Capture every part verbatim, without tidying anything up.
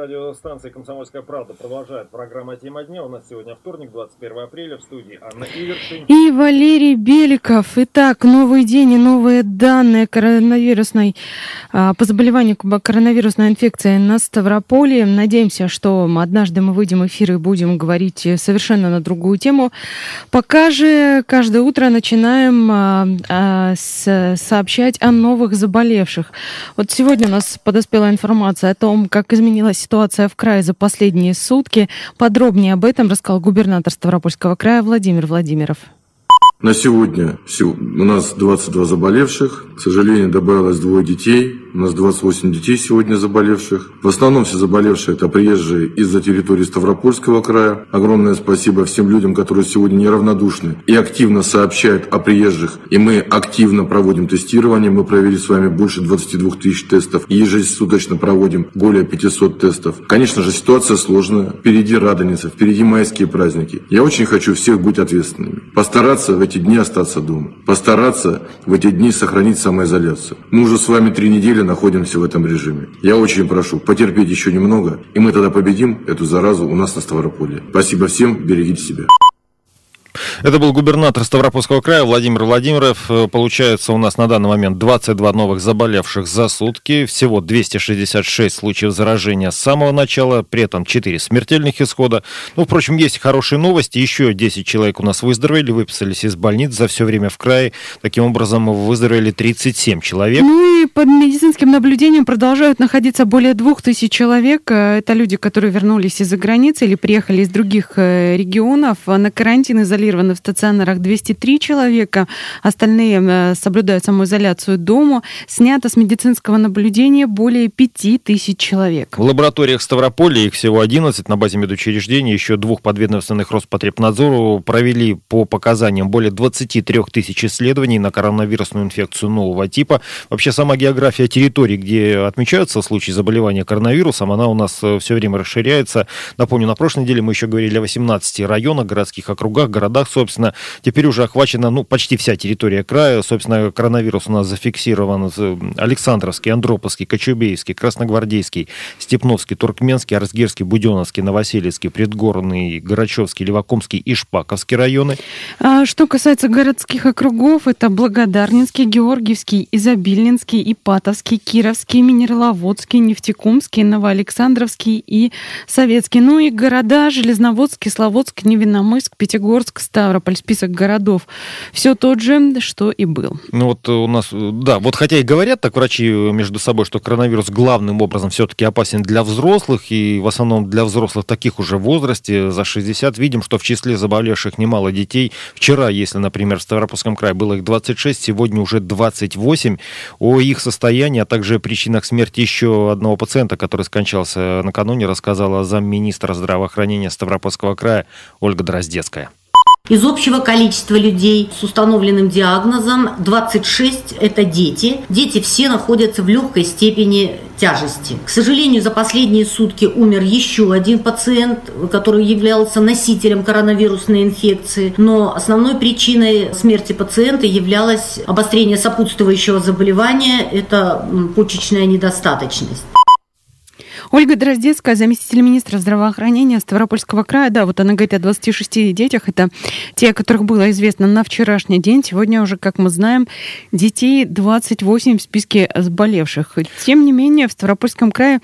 Радиостанция «Комсомольская правда» продолжает программа «Тема дня». У нас сегодня вторник, двадцать первое апреля, в студии Анна Ивершин и Валерий Беликов. Итак, новый день и новые данные коронавирусной, по заболеванию коронавирусной инфекцией на Ставрополе. Надеемся, что однажды мы выйдем в эфир и будем говорить совершенно на другую тему. Пока же каждое утро начинаем а, а, с, сообщать о новых заболевших. Вот сегодня у нас подоспела информация о том, как изменилась ситуация в крае за последние сутки. Подробнее об этом рассказал губернатор Ставропольского края Владимир Владимиров. На сегодня у нас двадцать два заболевших. К сожалению, добавилось двое детей. У нас двадцать восемь детей сегодня заболевших. В основном все заболевшие — это приезжие из-за территории Ставропольского края. Огромное спасибо всем людям, которые сегодня неравнодушны и активно сообщают о приезжих. И мы активно проводим тестирование. Мы провели с вами больше двадцати двух тысяч тестов. И ежесуточно проводим более пятисот тестов. Конечно же, ситуация сложная. Впереди Радоница, впереди майские праздники. Я очень хочу всех быть ответственными. Постараться в эти дни остаться дома. Постараться в эти дни сохранить самоизоляцию. Мы уже с вами три недели находимся в этом режиме. Я очень прошу потерпеть еще немного, и мы тогда победим эту заразу у нас на Ставрополье. Спасибо всем, берегите себя. Это был губернатор Ставропольского края Владимир Владимиров. Получается, у нас на данный момент двадцать два новых заболевших за сутки. Всего двести шестьдесят шесть случаев заражения с самого начала. При этом четыре смертельных исхода. Ну, впрочем, есть хорошие новости. Еще десять человек у нас выздоровели, выписались из больниц за все время в крае. Таким образом, выздоровели тридцать семь человек. Ну и под медицинским наблюдением продолжают находиться более двух тысяч человек. Это люди, которые вернулись из-за границы или приехали из других регионов. На карантин изолированы в стационарах двести три человека, остальные соблюдают самоизоляцию дома. Снято с медицинского наблюдения более пяти тысяч человек. В лабораториях Ставрополя их всего одиннадцать, на базе медучреждений еще двух подведомственных Роспотребнадзору провели по показаниям более двадцати трёх тысяч исследований на коронавирусную инфекцию нового типа. Вообще сама география территорий, где отмечаются случаи заболевания коронавирусом, она у нас все время расширяется. Напомню, на прошлой неделе мы еще говорили о восемнадцати районах, городских округах, городах. Собственно, теперь уже охвачена ну, почти вся территория края. Собственно, коронавирус у нас зафиксирован Александровский, Андроповский, Кочубеевский, Красногвардейский, Степновский, Туркменский, Арзгерский, Буденновский, Новоселицкий, Предгорный, Грачевский, Левакомский и Шпаковский районы. А что касается городских округов, это Благодарнинский, Георгиевский, Изобильнинский, Ипатовский, Кировский, Минерловодский, Нефтекумский, Новоалександровский и Советский. Ну и города Железноводск, Кисловодск, Невинномысск, Пятигорск, Ставрополь, список городов. Все тот же, что и был. Ну вот у нас, да, вот хотя и говорят так врачи между собой, что коронавирус главным образом все-таки опасен для взрослых, и в основном для взрослых таких уже в возрасте, за шестьдесят. Видим, что в числе заболевших немало детей. Вчера, если, например, в Ставропольском крае было их двадцать шесть, сегодня уже двадцать восемь. О их состоянии, а также причинах смерти еще одного пациента, который скончался накануне, рассказала замминистра здравоохранения Ставропольского края Ольга Дроздецкая. Из общего количества людей с установленным диагнозом двадцать шесть – это дети. Дети все находятся в легкой степени тяжести. К сожалению, за последние сутки умер еще один пациент, который являлся носителем коронавирусной инфекции. Но основной причиной смерти пациента являлось обострение сопутствующего заболевания – это почечная недостаточность. Ольга Дроздецкая, заместитель министра здравоохранения Ставропольского края. Да, вот она говорит о двадцати шести детях. Это те, о которых было известно на вчерашний день. Сегодня уже, как мы знаем, детей двадцать восемь в списке заболевших. Тем не менее, в Ставропольском крае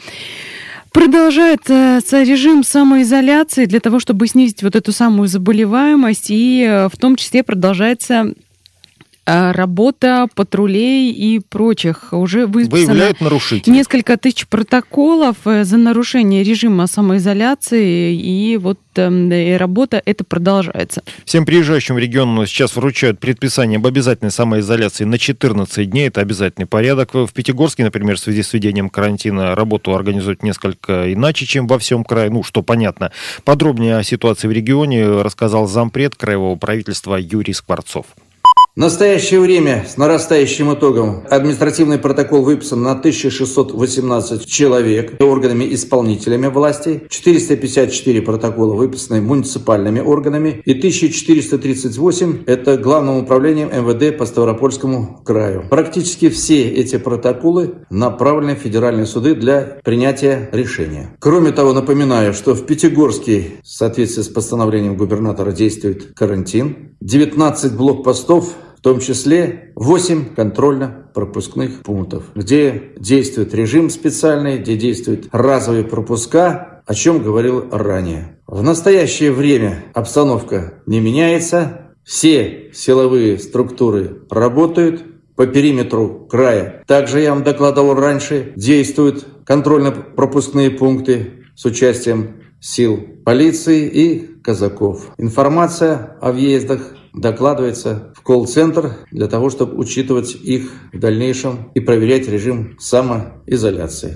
продолжается режим самоизоляции для того, чтобы снизить вот эту самую заболеваемость. И в том числе продолжается работа патрулей и прочих. Уже выписано несколько тысяч протоколов за нарушение режима самоизоляции, и вот и работа эта продолжается. Всем приезжающим в регион сейчас вручают предписание об обязательной самоизоляции на четырнадцать дней. Это обязательный порядок. В Пятигорске, например, в связи с введением карантина работу организуют несколько иначе, чем во всем крае. Ну, что понятно. Подробнее о ситуации в регионе рассказал зампред краевого правительства Юрий Скворцов. В настоящее время с нарастающим итогом административный протокол выписан на тысяча шестьсот восемнадцать человек органами-исполнителями власти, четыреста пятьдесят четыре протокола выписаны муниципальными органами и тысяча четыреста тридцать восемь это Главным управлением эм вэ дэ по Ставропольскому краю. Практически все эти протоколы направлены в федеральные суды для принятия решения. Кроме того, напоминаю, что в Пятигорске в соответствии с постановлением губернатора действует карантин, девятнадцать блокпостов, в том числе восемь контрольно-пропускных пунктов, где действует режим специальный, где действуют разовые пропуска, о чем говорил ранее. В настоящее время обстановка не меняется, все силовые структуры работают, по периметру края. Также я вам докладывал раньше, действуют контрольно-пропускные пункты с участием сил полиции и казаков. Информация о въездах докладывается в колл-центр для того, чтобы учитывать их в дальнейшем и проверять режим самоизоляции.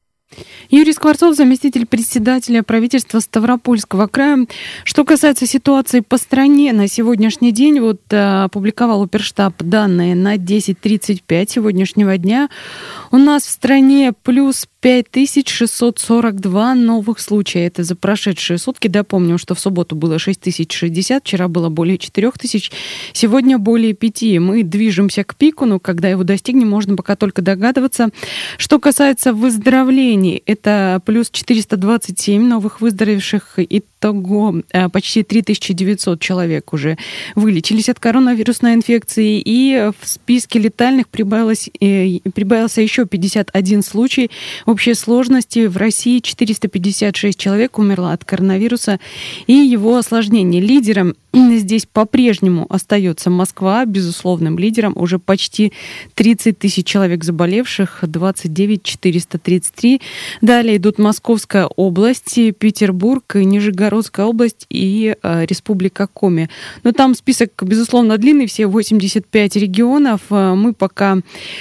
Юрий Скворцов, заместитель председателя правительства Ставропольского края. Что касается ситуации по стране на сегодняшний день, вот опубликовал Оперштаб данные на десять тридцать пять сегодняшнего дня. У нас в стране плюс пять тысяч шестьсот сорок два новых случая. Это за прошедшие сутки. Допомним, что в субботу было шесть тысяч шестьдесят, вчера было более четыре тысячи, сегодня более пяти. Мы движемся к пику, но когда его достигнем, можно пока только догадываться. Что касается выздоровлений, это плюс четыреста двадцать семь новых выздоровевших. Итого почти три тысячи девятьсот человек уже вылечились от коронавирусной инфекции. И в списке летальных прибавилось, э, прибавился еще пятьдесят один случай. В общей сложности в России четыреста пятьдесят шесть человек умерло от коронавируса и его осложнений. Лидером здесь по-прежнему остается Москва, безусловным лидером. Уже почти тридцать тысяч человек заболевших, двадцать девять тысяч четыреста тридцать три. Далее идут Московская область, Петербург, Нижегородская область и э, Республика Коми. Но там список, безусловно, длинный, все восемьдесят пять регионов. Мы пока...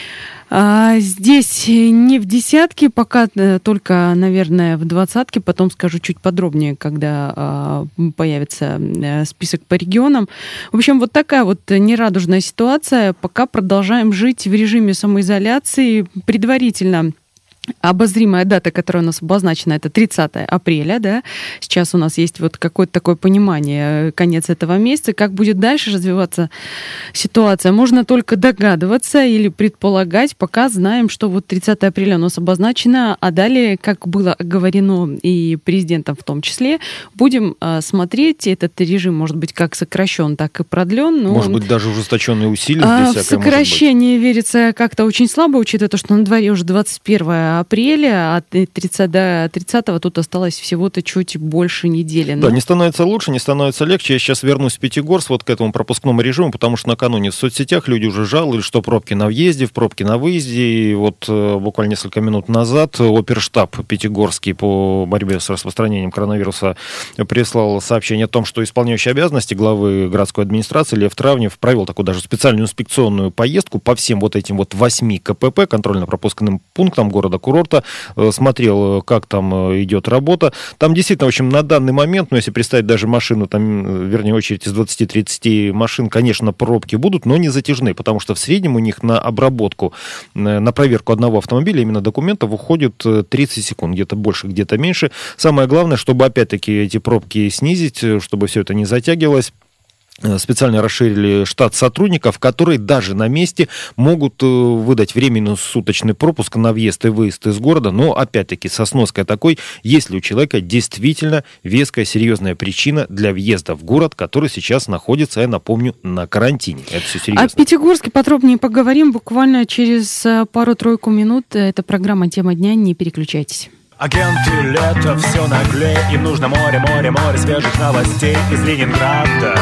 Здесь не в десятке, пока только, наверное, в двадцатке. Потом скажу чуть подробнее, когда появится список по регионам. В общем, вот такая вот нерадужная ситуация. Пока продолжаем жить в режиме самоизоляции. Предварительно обозримая дата, которая у нас обозначена, это тридцатое апреля, да. Сейчас у нас есть вот какое-то такое понимание, конец этого месяца. Как будет дальше развиваться ситуация, можно только догадываться или предполагать. Пока знаем, что вот тридцатое апреля у нас обозначено, а далее, как было оговорено и президентом в том числе, будем а, смотреть. Этот режим может быть как сокращен, так и продлен. Но может быть, даже ужесточенные усилия. А, в сокращение верится как-то очень слабо, учитывая то, что на дворе уже двадцать первое апреля, а тридцатого тут осталось всего-то чуть больше недели. Но... Да, не становится лучше, не становится легче. Я сейчас вернусь в Пятигорск вот к этому пропускному режиму, потому что накануне в соцсетях люди уже жаловались, что пробки на въезде, в пробки на выезде. И вот э, буквально несколько минут назад Оперштаб Пятигорский по борьбе с распространением коронавируса прислал сообщение о том, что исполняющий обязанности главы городской администрации Лев Травнев провел такую даже специальную инспекционную поездку по всем вот этим вот восьми ка пэ пэ, контрольно-пропускным пунктам города курорта, смотрел, как там идет работа. Там действительно, в общем, на данный момент, ну, если представить даже машину, там, вернее, очередь из двадцати-тридцати машин, конечно, пробки будут, но не затяжные, потому что в среднем у них на обработку, на проверку одного автомобиля, именно документов, уходит тридцать секунд, где-то больше, где-то меньше. Самое главное, чтобы, опять-таки, эти пробки снизить, чтобы все это не затягивалось, специально расширили штат сотрудников, которые даже на месте могут выдать временный суточный пропуск на въезд и выезд из города, но, опять-таки, со сноской такой, если у человека действительно веская, серьезная причина для въезда в город, который сейчас находится, я напомню, на карантине. Это все серьезно. О Пятигорске подробнее поговорим буквально через пару-тройку минут. Это программа «Тема дня». Не переключайтесь. Агенты лето все наглее, им нужно море, море, море свежих новостей из Ленинграда,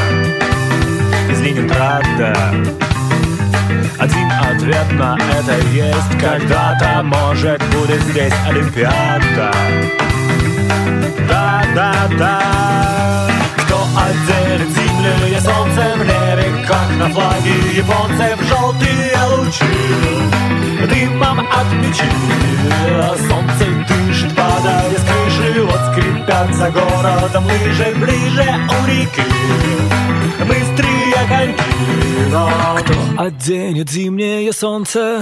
из Ленинграда. Один ответ на это есть: когда-то, может, будет здесь Олимпиада. Да, да, да. Кто отделит зимнее солнце в небе, как на флаге японцев, желтые лучи дымом от мечи. Солнце дышит, падая с крыши, вот скрипят за городом лыжи, ближе у реки быстрые коньки. Но оденет зимнее солнце?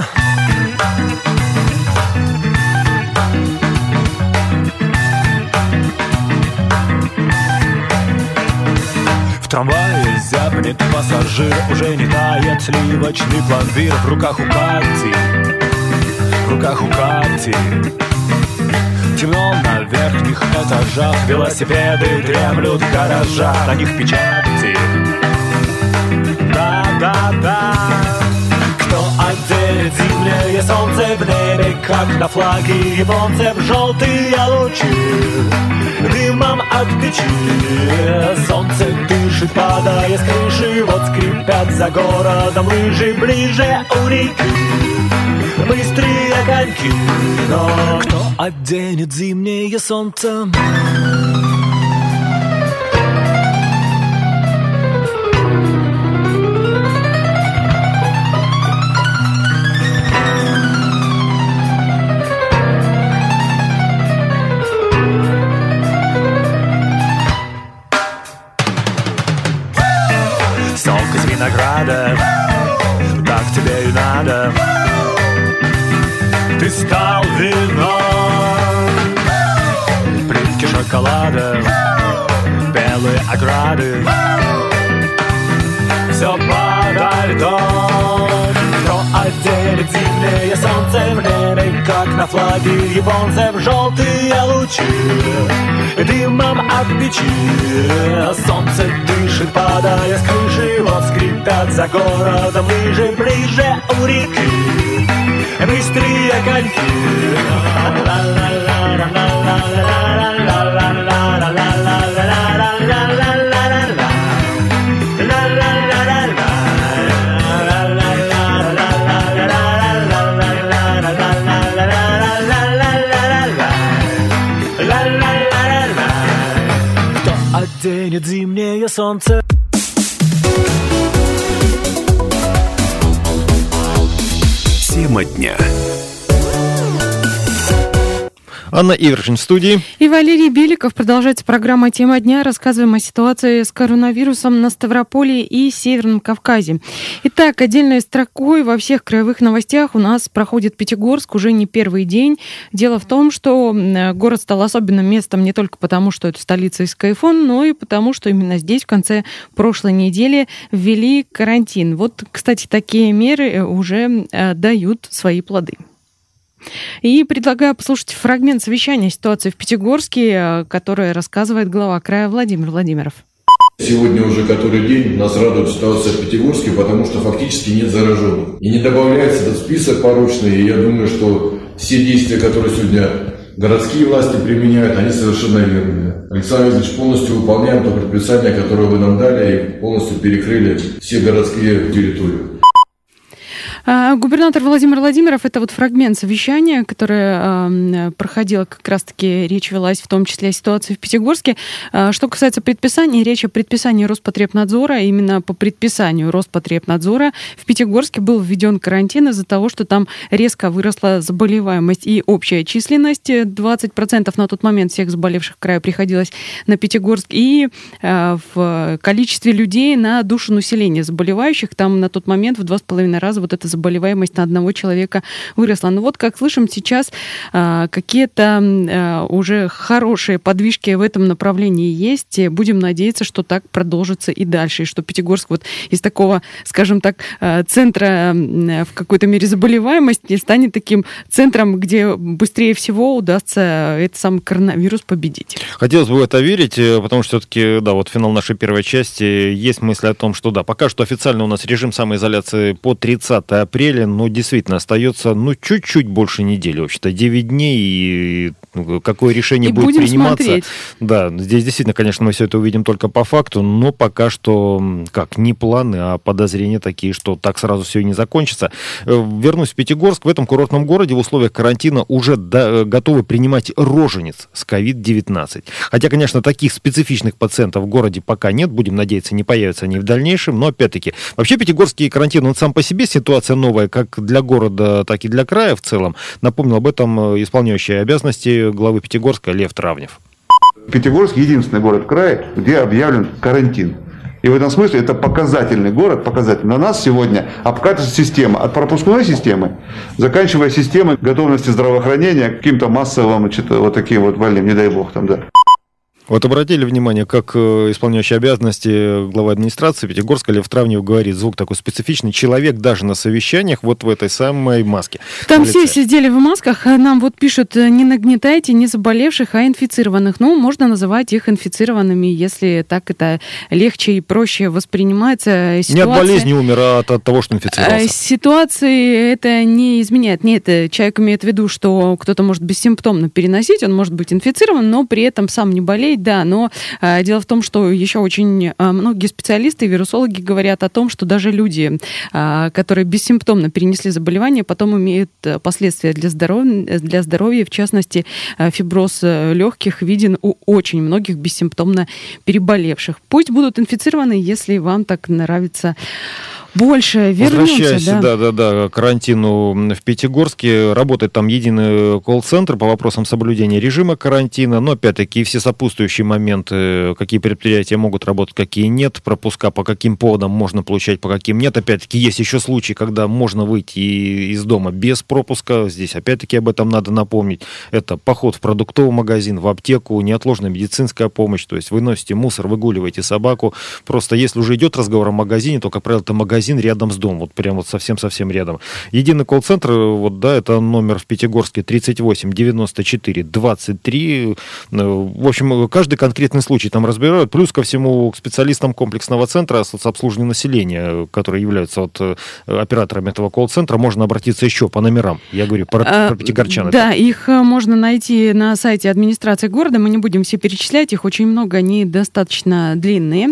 В трамвае зябнет пассажир, уже не тает сливочный пломбир. В руках у Кати, в руках у Кати темно на верхних этажах. Велосипеды дремлют в гаражах, на них печати. Да-да-да. Кто оденет зимнее солнце в небе, как на флаге японцев, желтые лучи дымом от печи. Солнце дышит, падая с крыши, вот скрипят за городом лыжи. Ближе у реки быстрые огоньки, но кто оденет зимнее солнце? Сок из винограда, так тебе и надо. Ты стал вином, плитки шоколада, белые ограды, все подо льдом. Кто оденет зимнее солнце в небе, как на флаге японцев, желтые лучи дымом от печи. Солнце дышит, падая с крыши, вот скрипят за городом лыжи. Ближе у реки быстрые огоньки. Кто оденет зимнее солнце? Тема дня. Анна Ивершин в студии. И Валерий Беликов. Продолжается программа «Тема дня». Рассказываем о ситуации с коронавирусом на Ставрополе и Северном Кавказе. Итак, отдельной строкой во всех краевых новостях у нас проходит Пятигорск уже не первый день. Дело в том, что город стал особенным местом не только потому, что это столица ИСКФОН, но и потому, что именно здесь в конце прошлой недели ввели карантин. Вот, кстати, такие меры уже дают свои плоды. И предлагаю послушать фрагмент совещания ситуации в Пятигорске, которое рассказывает глава края Владимир Владимиров. Сегодня уже который день нас радует ситуация в Пятигорске, потому что фактически нет зараженных. И не добавляется этот список порочный, и я думаю, что все действия, которые сегодня городские власти применяют, они совершенно верные. Александр Викторович, полностью выполняем то предписание, которое вы нам дали, и полностью перекрыли все городские территории. Губернатор Владимир Владимиров, это вот фрагмент совещания, которое э, проходило, как раз-таки речь велась в том числе о ситуации в Пятигорске. Э, что касается предписаний, речь о предписании Роспотребнадзора. Именно по предписанию Роспотребнадзора в Пятигорске был введен карантин из-за того, что там резко выросла заболеваемость и общая численность. двадцать процентов на тот момент всех заболевших в крае приходилось на Пятигорск. И э, в количестве людей на душу населения заболевающих там на тот момент в два с половиной раза вот эта заболеваемость на одного человека выросла. Но вот, как слышим, сейчас а, какие-то а, уже хорошие подвижки в этом направлении есть. Будем надеяться, что так продолжится и дальше, и что Пятигорск вот из такого, скажем так, центра в какой-то мере заболеваемости станет таким центром, где быстрее всего удастся этот самый коронавирус победить. Хотелось бы в это верить, потому что все-таки, да, вот финал нашей первой части, есть мысль о том, что да, пока что официально у нас режим самоизоляции по тридцатое апреля, но действительно остается, ну, чуть-чуть больше недели, вообще-то девять дней, и какое решение и будет будем приниматься. Смотреть. Да, здесь действительно, конечно, мы все это увидим только по факту, но пока что, как, не планы, а подозрения такие, что так сразу все и не закончится. Вернусь в Пятигорск. В этом курортном городе в условиях карантина уже до, готовы принимать рожениц с ковид девятнадцать. Хотя, конечно, таких специфичных пациентов в городе пока нет, будем надеяться, не появятся они в дальнейшем, но опять-таки, вообще пятигорский карантин, он сам по себе ситуация новая, как для города, так и для края в целом. Напомнил об этом исполняющий обязанности главы Пятигорска Лев Травнев. Пятигорск — единственный город края, где объявлен карантин. И в этом смысле это показательный город, показательный. На нас сегодня обкатывается система от пропускной системы, заканчивая системой готовности здравоохранения к каким-то массовым, значит, вот таким вот больным, не дай бог там, да. Вот обратили внимание, как исполняющий обязанности главы администрации Пятигорска Лев Травнев говорит, звук такой специфичный, человек даже на совещаниях вот в этой самой маске. Там все сидели в масках, нам вот пишут, не нагнетайте не заболевших, а инфицированных. Ну, можно называть их инфицированными, если так это легче и проще воспринимается. Ситуация... Не от болезни умер, а от, от того, что инфицировался. Ситуации это не изменяет. Нет, человек имеет в виду, что кто-то может бессимптомно переносить, он может быть инфицирован, но при этом сам не болеет. Да, но а, дело в том, что еще очень а, многие специалисты, вирусологи говорят о том, что даже люди, а, которые бессимптомно перенесли заболевание, потом имеют последствия для здоровья, для здоровья, в частности, а, фиброз легких виден у очень многих бессимптомно переболевших. Пусть будут инфицированы, если вам так нравится больше. Возвращаясь, да. Да, да, да, к карантину в Пятигорске, работает там единый колл-центр по вопросам соблюдения режима карантина, но опять-таки все сопутствующие моменты, какие предприятия могут работать, какие нет, пропуска по каким поводам можно получать, по каким нет. Опять-таки есть еще случаи, когда можно выйти из дома без пропуска, здесь опять-таки об этом надо напомнить. Это поход в продуктовый магазин, в аптеку, неотложная медицинская помощь, то есть вы носите мусор, выгуливаете собаку. Просто если уже идет разговор о магазине, то, как правило, это магазин рядом с домом, вот прям вот совсем-совсем рядом. Единый колл-центр, вот, да, это номер в Пятигорске тридцать восемь девяносто четыре двадцать три. В общем, каждый конкретный случай там разбирают. Плюс ко всему к специалистам комплексного центра соцобслуживания населения, которые являются вот операторами этого колл-центра, можно обратиться еще по номерам. Я говорю про, а, про пятигорчан. Да, их можно найти на сайте администрации города. Мы не будем все перечислять, их очень много, они достаточно длинные.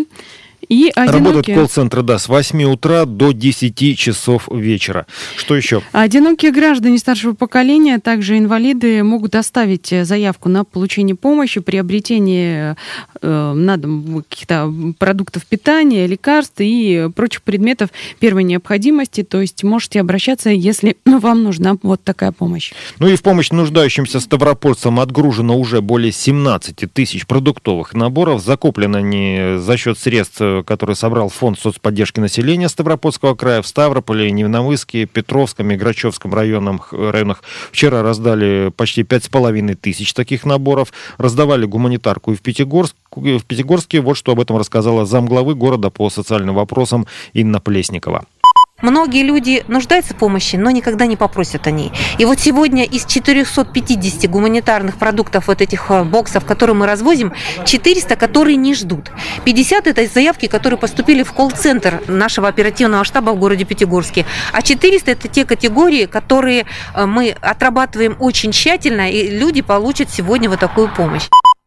И работают колл-центры, да, с восьми утра до десяти часов вечера. Что еще? Одинокие граждане старшего поколения, также инвалиды, могут оставить заявку на получение помощи, приобретение э, на дом каких-то продуктов питания, лекарств и прочих предметов первой необходимости. То есть можете обращаться, если вам нужна вот такая помощь. Ну и в помощь нуждающимся ставропольцам отгружено уже более семнадцать тысяч продуктовых наборов. Закуплены они за счет средств, который собрал Фонд соцподдержки населения Ставропольского края в Ставрополе, Невномысске, Петровском и Грачевском районах, районах. Вчера раздали почти пять с половиной тысяч таких наборов. Раздавали гуманитарку и в Пятигорске. В Пятигорске. Вот что об этом рассказала замглавы города по социальным вопросам Инна Плесникова. Многие люди нуждаются в помощи, но никогда не попросят о ней. И вот сегодня из четырехсот пятидесяти гуманитарных продуктов, вот этих боксов, которые мы развозим, четыреста, которые не ждут. пятьдесят – это заявки, которые поступили в колл-центр нашего оперативного штаба в городе Пятигорске. А четыреста – это те категории, которые мы отрабатываем очень тщательно, и люди получат сегодня вот такую помощь.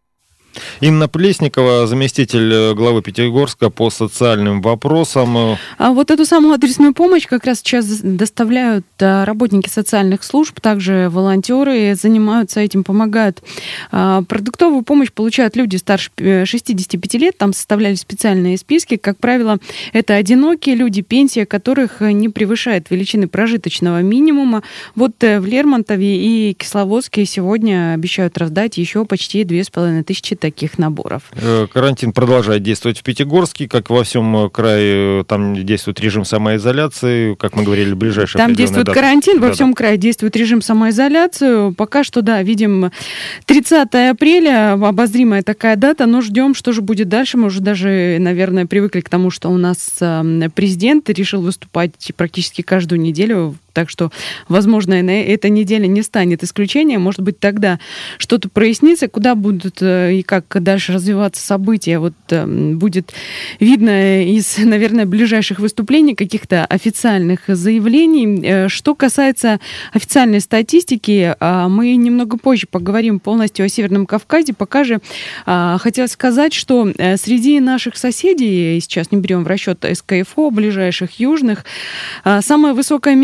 Инна Плесникова, заместитель главы Пятигорска по социальным вопросам. А вот эту самую адресную помощь как раз сейчас доставляют работники социальных служб, также волонтеры занимаются этим, помогают. Продуктовую помощь получают люди старше шестидесяти пяти лет, там составляли специальные списки. Как правило, это одинокие люди, пенсия которых не превышает величины прожиточного минимума. Вот в Лермонтове и Кисловодске сегодня обещают раздать еще почти две с половиной тысячи таких наборов. Карантин продолжает действовать в Пятигорске, как во всем крае. Там действует режим самоизоляции, как мы говорили, ближайшие Там действует даты. карантин, во да, всем да. крае действует режим самоизоляции. Пока что, да, видим тридцатое апреля, обозримая такая дата, но ждем, что же будет дальше. Мы уже даже, наверное, привыкли к тому, что у нас президент решил выступать практически каждую неделю. Так что, возможно, эта неделя не станет исключением. Может быть, тогда что-то прояснится, куда будут и как дальше развиваться события. Вот будет видно из, наверное, ближайших выступлений, каких-то официальных заявлений. Что касается официальной статистики, мы немного позже поговорим полностью о Северном Кавказе. Пока же хотела сказать, что среди наших соседей, сейчас не берем в расчет СКФО, ближайших южных, самое высокое место вот в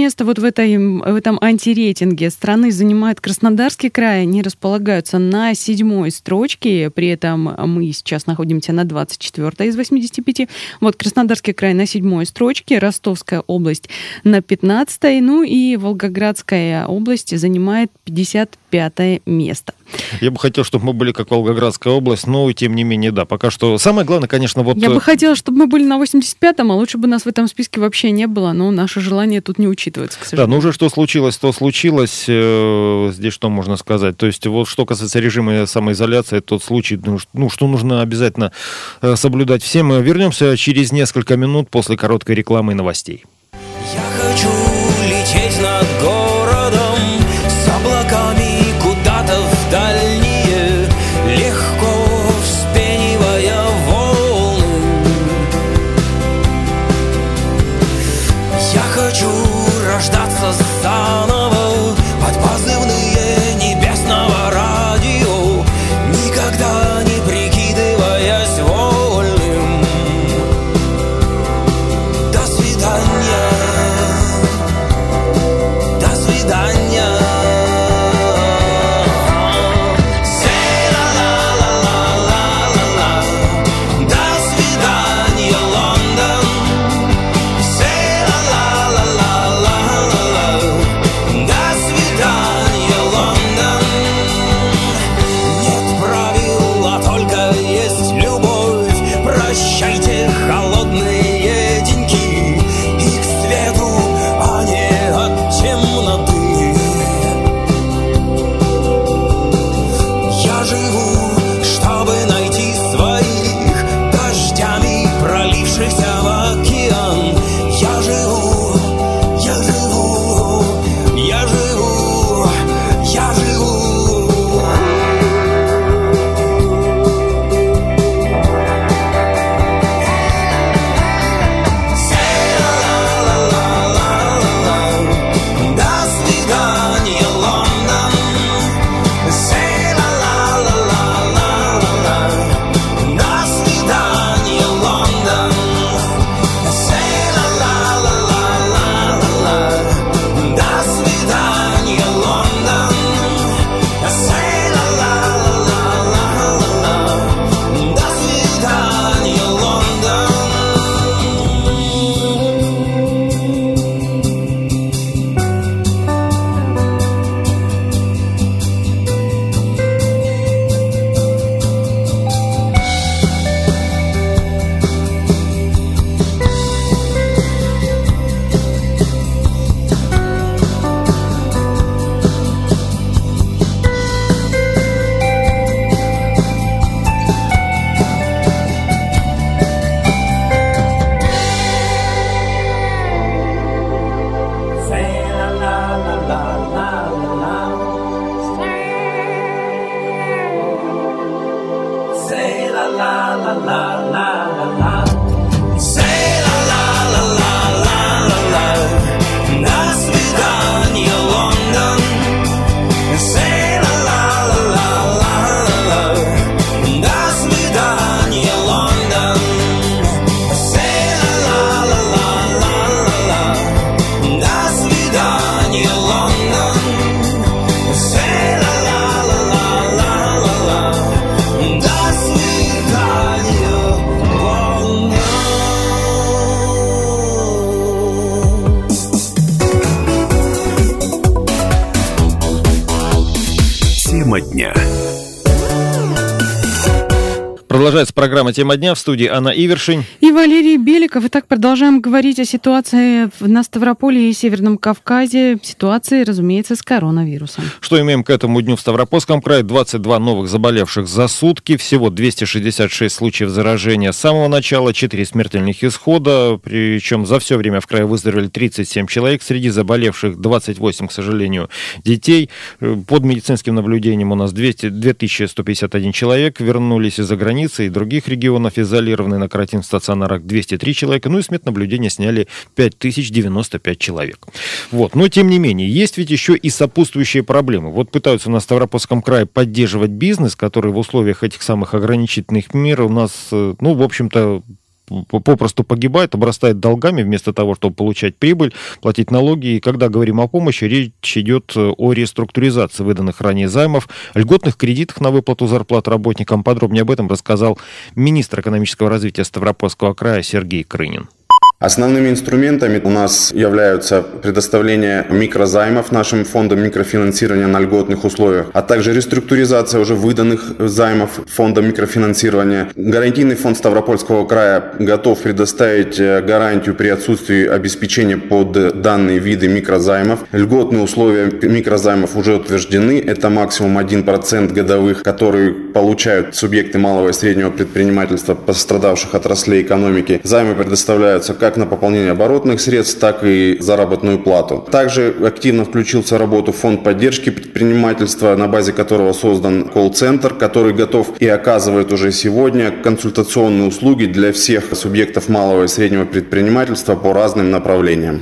в, этой, в этом антирейтинге страны занимает Краснодарский край. Они располагаются на седьмой строчке. При этом мы сейчас находимся на двадцать четвёртой из восьмидесяти пяти. Вот Краснодарский край на седьмой строчке, Ростовская область на пятнадцатой, ну и Волгоградская область занимает пятьдесят пятое место. Я бы хотел, чтобы мы были как Волгоградская область, но тем не менее, да, пока что. Самое главное, конечно, вот... Я бы хотела, чтобы мы были на восемьдесят пятом, а лучше бы нас в этом списке вообще не было, но наше желание тут не учитывается, к сожалению. Да, ну уже что случилось, то случилось. Здесь что можно сказать? То есть вот что касается режима самоизоляции, тот случай, ну, что нужно обязательно соблюдать всем. Мы вернемся через несколько минут после короткой рекламы и новостей. Я хочу лететь над городом с облаками куда-то в дальние, легко вспенивая волны. Я хочу рождаться заново под позывные небесного радио, никогда не прикидываясь вольным. До свидания. До свидания. Тема дня. Продолжается программа «Тема дня», в студии Анна Ивершин и Валерий Беликов. Итак, продолжаем говорить о ситуации на Ставрополе и Северном Кавказе. Ситуации, разумеется, с коронавирусом. Что имеем к этому дню в Ставропольском крае? двадцать два новых заболевших за сутки. Всего двести шестьдесят шесть случаев заражения с самого начала, четыре смертельных исхода. Причем за все время в крае выздоровели тридцать семь человек. Среди заболевших двадцать восемь, к сожалению, детей. Под медицинским наблюдением у нас две тысячи сто пятьдесят один человек вернулись из-за границы и других регионов, изолированные на карантин в стационарах двести три человека, ну и с меднаблюдения сняли пять тысяч девяносто пять человек. Вот. Но, тем не менее, есть ведь еще и сопутствующие проблемы. Вот пытаются на Ставропольском крае поддерживать бизнес, который в условиях этих самых ограничительных мер у нас, ну, в общем-то, попросту погибает, обрастает долгами вместо того, чтобы получать прибыль, платить налоги. И когда говорим о помощи, речь идет о реструктуризации выданных ранее займов, льготных кредитах на выплату зарплат работникам. Подробнее об этом рассказал министр экономического развития Ставропольского края Сергей Крынин. Основными инструментами у нас являются предоставление микрозаймов нашим фондом микрофинансирования на льготных условиях, а также реструктуризация уже выданных займов фондом микрофинансирования. Гарантийный фонд Ставропольского края готов предоставить гарантию при отсутствии обеспечения под данные виды микрозаймов. Льготные условия микрозаймов уже утверждены. Это максимум один процент годовых, которые получают субъекты малого и среднего предпринимательства, пострадавших отраслей экономики. Займы предоставляются как на пополнение оборотных средств, так и заработную плату. Также активно включился в работу фонд поддержки предпринимательства, на базе которого создан колл-центр, который готов и оказывает уже сегодня консультационные услуги для всех субъектов малого и среднего предпринимательства по разным направлениям.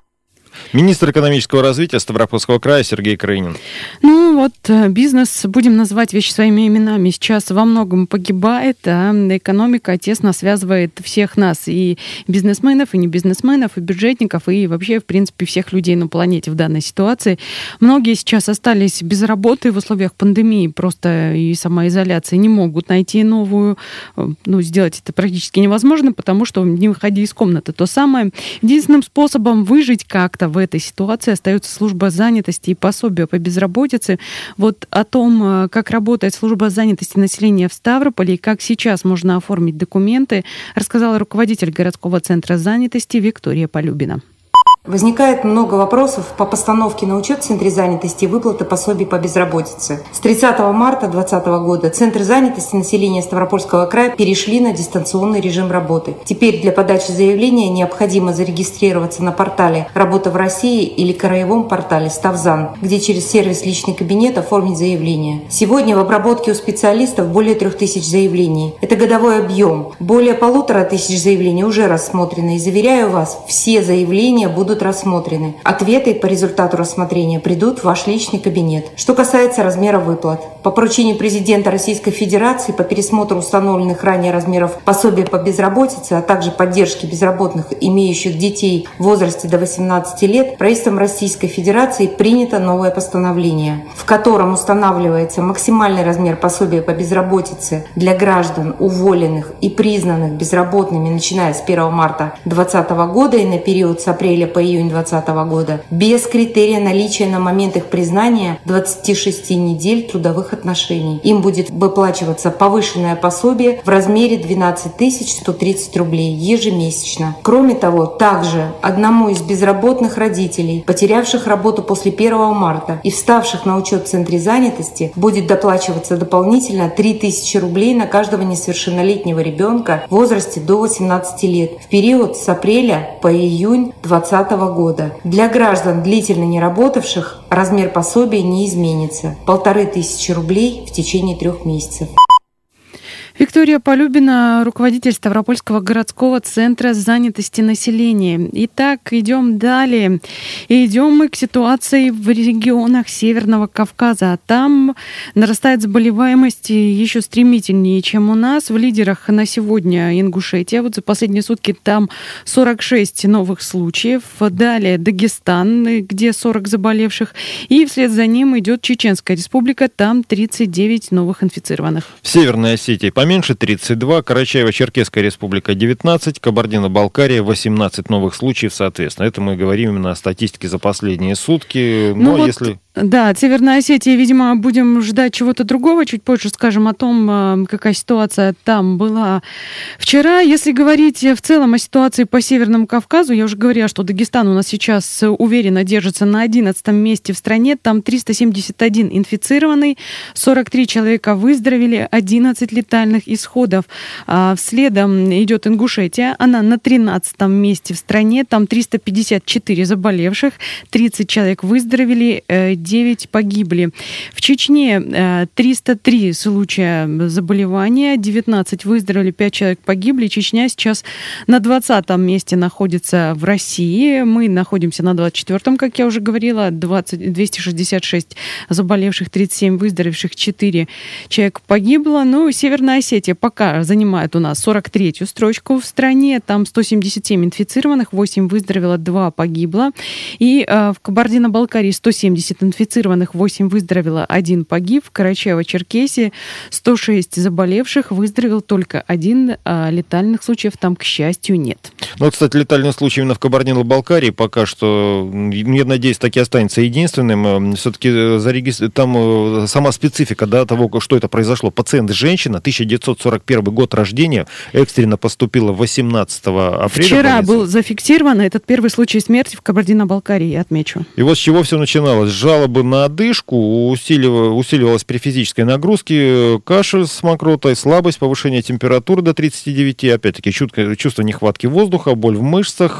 Министр экономического развития Ставропольского края Сергей Крынин. Ну вот, бизнес, будем называть вещи своими именами, сейчас во многом погибает, а экономика тесно связывает всех нас, и бизнесменов, и не бизнесменов, и бюджетников, и вообще, в принципе, всех людей на планете в данной ситуации. Многие сейчас остались без работы в условиях пандемии, просто и самоизоляции, не могут найти новую, ну, сделать это практически невозможно, потому что не выходя из комнаты. То самое. Единственным способом выжить как-то в этой ситуации остается служба занятости и пособия по безработице. Вот о том, как работает служба занятости населения в Ставрополе и как сейчас можно оформить документы, рассказала руководитель городского центра занятости Виктория Полюбина. Возникает много вопросов по постановке на учет в Центре занятости и выплаты пособий по безработице. С тридцатого марта две тысячи двадцатого года Центры занятости населения Ставропольского края перешли на дистанционный режим работы. Теперь для подачи заявления необходимо зарегистрироваться на портале «Работа в России» или краевом портале «Ставзан», где через сервис «Личный кабинет» оформить заявление. Сегодня в обработке у специалистов более трех тысяч заявлений. Это годовой объем. Более полутора тысяч заявлений уже рассмотрены. И заверяю вас, все заявления будут рассмотрены. Ответы по результату рассмотрения придут в ваш личный кабинет. Что касается размера выплат. По поручению президента Российской Федерации по пересмотру установленных ранее размеров пособия по безработице, а также поддержки безработных, имеющих детей в возрасте до восемнадцати лет, правительством Российской Федерации принято новое постановление, в котором устанавливается максимальный размер пособия по безработице для граждан, уволенных и признанных безработными, начиная с первого марта две тысячи двадцатого года и на период с апреля по июнь две тысячи двадцатого года, без критерия наличия на момент их признания двадцати шести недель трудовых отношений. Им будет выплачиваться повышенное пособие в размере двенадцать тысяч сто тридцать рублей ежемесячно. Кроме того, также одному из безработных родителей, потерявших работу после первого марта и вставших на учет в Центре занятости, будет доплачиваться дополнительно три тысячи рублей на каждого несовершеннолетнего ребенка в возрасте до восемнадцати лет в период с апреля по июнь две тысячи двадцатого года. Для граждан, длительно не работавших, размер пособия не изменится. Полторы тысячи рублей в течение трех месяцев. Виктория Полюбина, руководитель Ставропольского городского центра занятости населения. Итак, идем далее. Идем мы к ситуации в регионах Северного Кавказа. Там нарастает заболеваемость еще стремительнее, чем у нас. В лидерах на сегодня Ингушетия. Вот за последние сутки там сорок шесть новых случаев. Далее Дагестан, где сорок заболевших. И вслед за ним идет Чеченская республика. Там тридцать девять новых инфицированных. В Северной Осетии поменьше тридцать два, Карачаево-Черкесская республика девятнадцать, Кабардино-Балкария восемнадцать новых случаев, соответственно. Это мы говорим именно о статистике за последние сутки. Но ну вот, если... Да, от Северной Осетии, видимо, будем ждать чего-то другого. Чуть позже скажем о том, какая ситуация там была вчера. Если говорить в целом о ситуации по Северному Кавказу, я уже говорила, что Дагестан у нас сейчас уверенно держится на одиннадцатом месте в стране. Там триста семьдесят один инфицированный, сорок три человека выздоровели, одиннадцать летальных исходов. А следом идет Ингушетия. Она на тринадцатом месте в стране. Там триста пятьдесят четыре заболевших, тридцать человек выздоровели, девять погибли. В Чечне триста три случая заболевания, девятнадцать выздоровели, пять человек погибли. Чечня сейчас на двадцатом месте находится в России. Мы находимся на двадцать четвёртом, как я уже говорила. двадцать, двести шестьдесят шесть заболевших, тридцать семь выздоровевших, четыре человека погибло. Ну, Северная Осетия пока занимает у нас сорок третью строчку в стране. Там сто семьдесят семь инфицированных, восемь выздоровело, два погибло. И э, в Кабардино-Балкарии сто семьдесят инфицированных, восемь выздоровело, один погиб. В Карачаево-Черкесии сто шесть заболевших, выздоровел только один. А летальных случаев там, к счастью, нет. Ну, вот, кстати, летальный случай именно в Кабардино-Балкарии пока что, я надеюсь, так и останется единственным. Все-таки зарегистр... там сама специфика, да, того, что это произошло. Пациент женщина, тысяча девятьсот сорок первый год рождения, экстренно поступила восемнадцатого апреля. Вчера был зафиксирован этот первый случай смерти в Кабардино-Балкарии, отмечу. И вот с чего все начиналось. Жалобы на одышку, усилив... усиливалась при физической нагрузке, кашель с мокротой, слабость, повышение температуры до тридцати девяти, опять-таки чувство нехватки воздуха, боль в мышцах,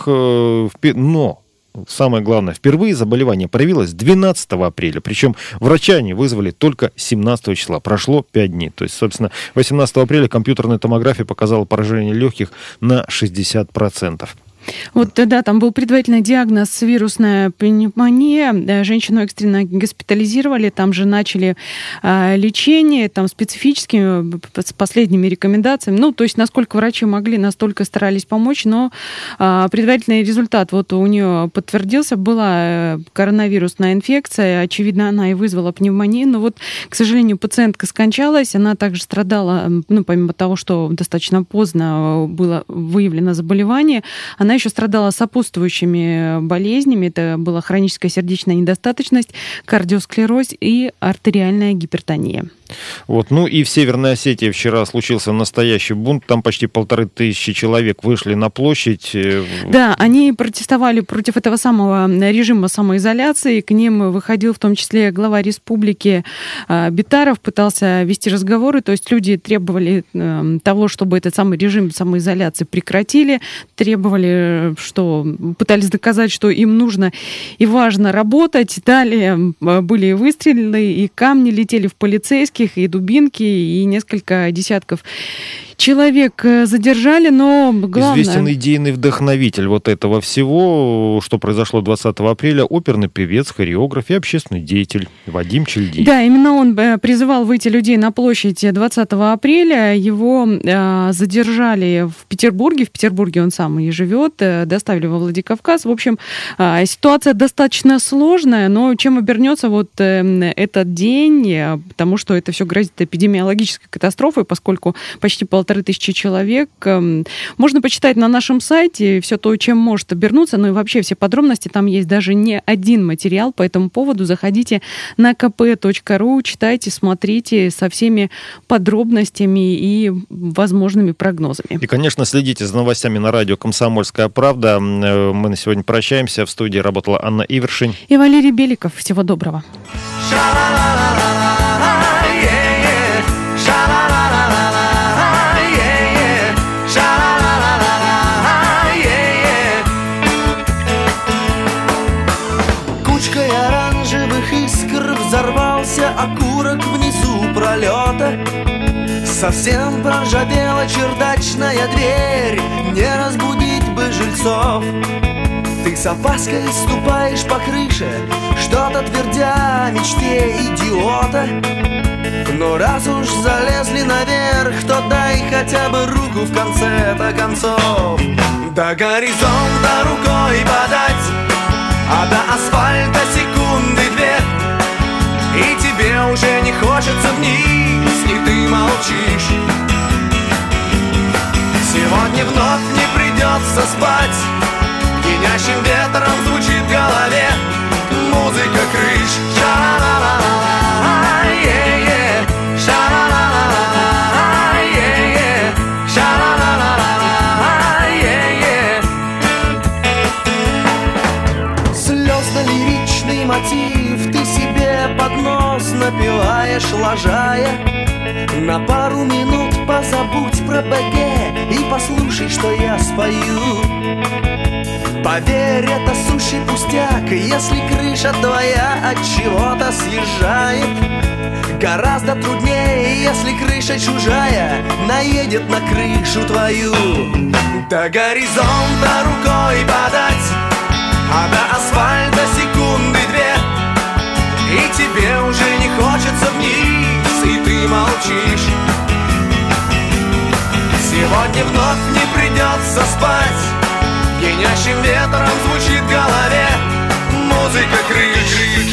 но... Самое главное, впервые заболевание проявилось двенадцатого апреля, причем врача они вызвали только семнадцатого числа, прошло пять дней. То есть, собственно, восемнадцатого апреля компьютерная томография показала поражение легких на шестьдесят процентов. Вот, да, там был предварительный диагноз вирусная пневмония. Женщину экстренно госпитализировали, там же начали а, лечение, там специфическими, с последними рекомендациями. Ну, то есть, насколько врачи могли, настолько старались помочь, но а, предварительный результат вот у нее подтвердился. Была коронавирусная инфекция, очевидно, она и вызвала пневмонию, но вот, к сожалению, пациентка скончалась, она также страдала, ну, помимо того, что достаточно поздно было выявлено заболевание, она еще страдала сопутствующими болезнями. Это была хроническая сердечная недостаточность, кардиосклероз и артериальная гипертония. Вот. Ну и в Северной Осетии вчера случился настоящий бунт. Там почти полторы тысячи человек вышли на площадь. Да, они протестовали против этого самого режима самоизоляции. К ним выходил в том числе глава республики Битаров, пытался вести разговоры. То есть люди требовали того, чтобы этот самый режим самоизоляции прекратили. Требовали, что пытались доказать, что им нужно и важно работать. Далее были выстрелы, и камни летели в полицейских, и дубинки, и несколько десятков человек задержали, но главное... Известен идейный вдохновитель вот этого всего, что произошло двадцатого апреля, оперный певец, хореограф и общественный деятель Вадим Чельдей. Да, именно он призывал выйти людей на площадь двадцатого апреля. Его э, задержали в Петербурге. В Петербурге он сам и живет. Доставили во Владикавказ. В общем, э, ситуация достаточно сложная, но чем обернется вот э, этот день, э, потому что это все грозит эпидемиологической катастрофой, поскольку почти полтора полторы тысячи человек. Можно почитать на нашем сайте все то, чем может обернуться, ну и вообще все подробности. Там есть даже не один материал по этому поводу. Заходите на ка пэ точка ру, читайте, смотрите со всеми подробностями и возможными прогнозами. И, конечно, следите за новостями на радио «Комсомольская правда». Мы на сегодня прощаемся. В студии работала Анна Ивершин и Валерий Беликов. Всего доброго. Взорвался окурок внизу пролета. Совсем проржавела чердачная дверь, не разбудить бы жильцов. Ты с опаской ступаешь по крыше, что-то твердя мечте идиота. Но раз уж залезли наверх, то дай хотя бы руку в конце-то концов. До горизонта рукой подать, а до асфальта секунды две. И тебе уже не хочется вниз, и ты молчишь. Сегодня вновь не придется спать, пьянящим ветром звучит в голове музыка крыш. Ша-ла-ла-ла-ла, е-е, ша-ла-ла-ла-ла, е-е, ша-ла-ла-ла-ла, е-е. Слезно-лиричный мотив ты себе под нос напеваешь, лажая. На пару минут позабудь про БГ и послушай, что я спою. Поверь, это сущий пустяк, если крыша твоя от чего-то съезжает. Гораздо труднее, если крыша чужая наедет на крышу твою. До горизонта рукой подать, а до асфальта секунды две. И тебе уже не хочется вниз, и ты молчишь. Сегодня вновь не придется спать. Пьянящим ветром звучит в голове музыка крыш.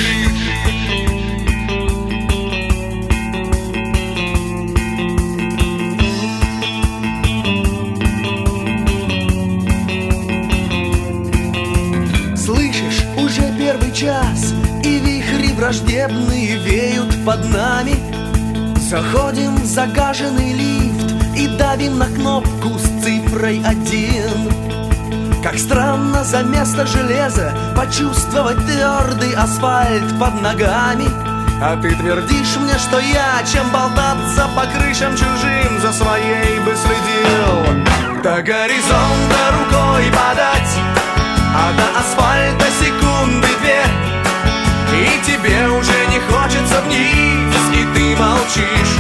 Слышишь, уже первый час, и вихри враждебные веют под нами. Заходим в загаженный лифт и давим на кнопку с цифрой один. Как странно за место железа почувствовать твердый асфальт под ногами. А ты твердишь мне, что я, чем болтаться по крышам чужим, за своей бы следил. До горизонта рукой подать, а до асфальта секунды две, и тебе уже не хочется вниз, и ты молчишь.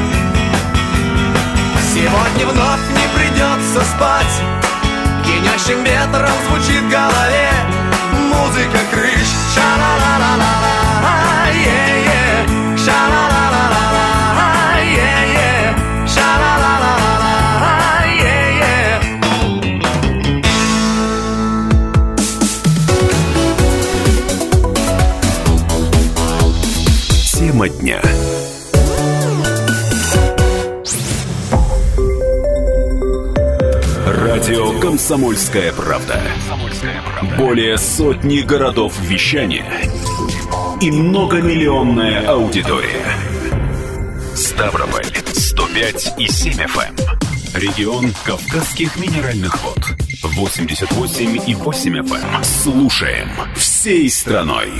Сегодня вновь не придется спать. Пьянящим ветром звучит в голове музыка крыш. Ша-ла-ла-ла-ла-ла, е-е, ша-ла-ла-ла-ла-ла, е-е, ша-ла-ла-ла-ла-ла, е-е. Тема дня. Радио «Комсомольская правда». Более сотни городов вещания и многомиллионная аудитория. Ставрополь сто пять и семь эф эм. Регион Кавказских минеральных вод восемьдесят восемь и восемь эф эм. Слушаем всей страной.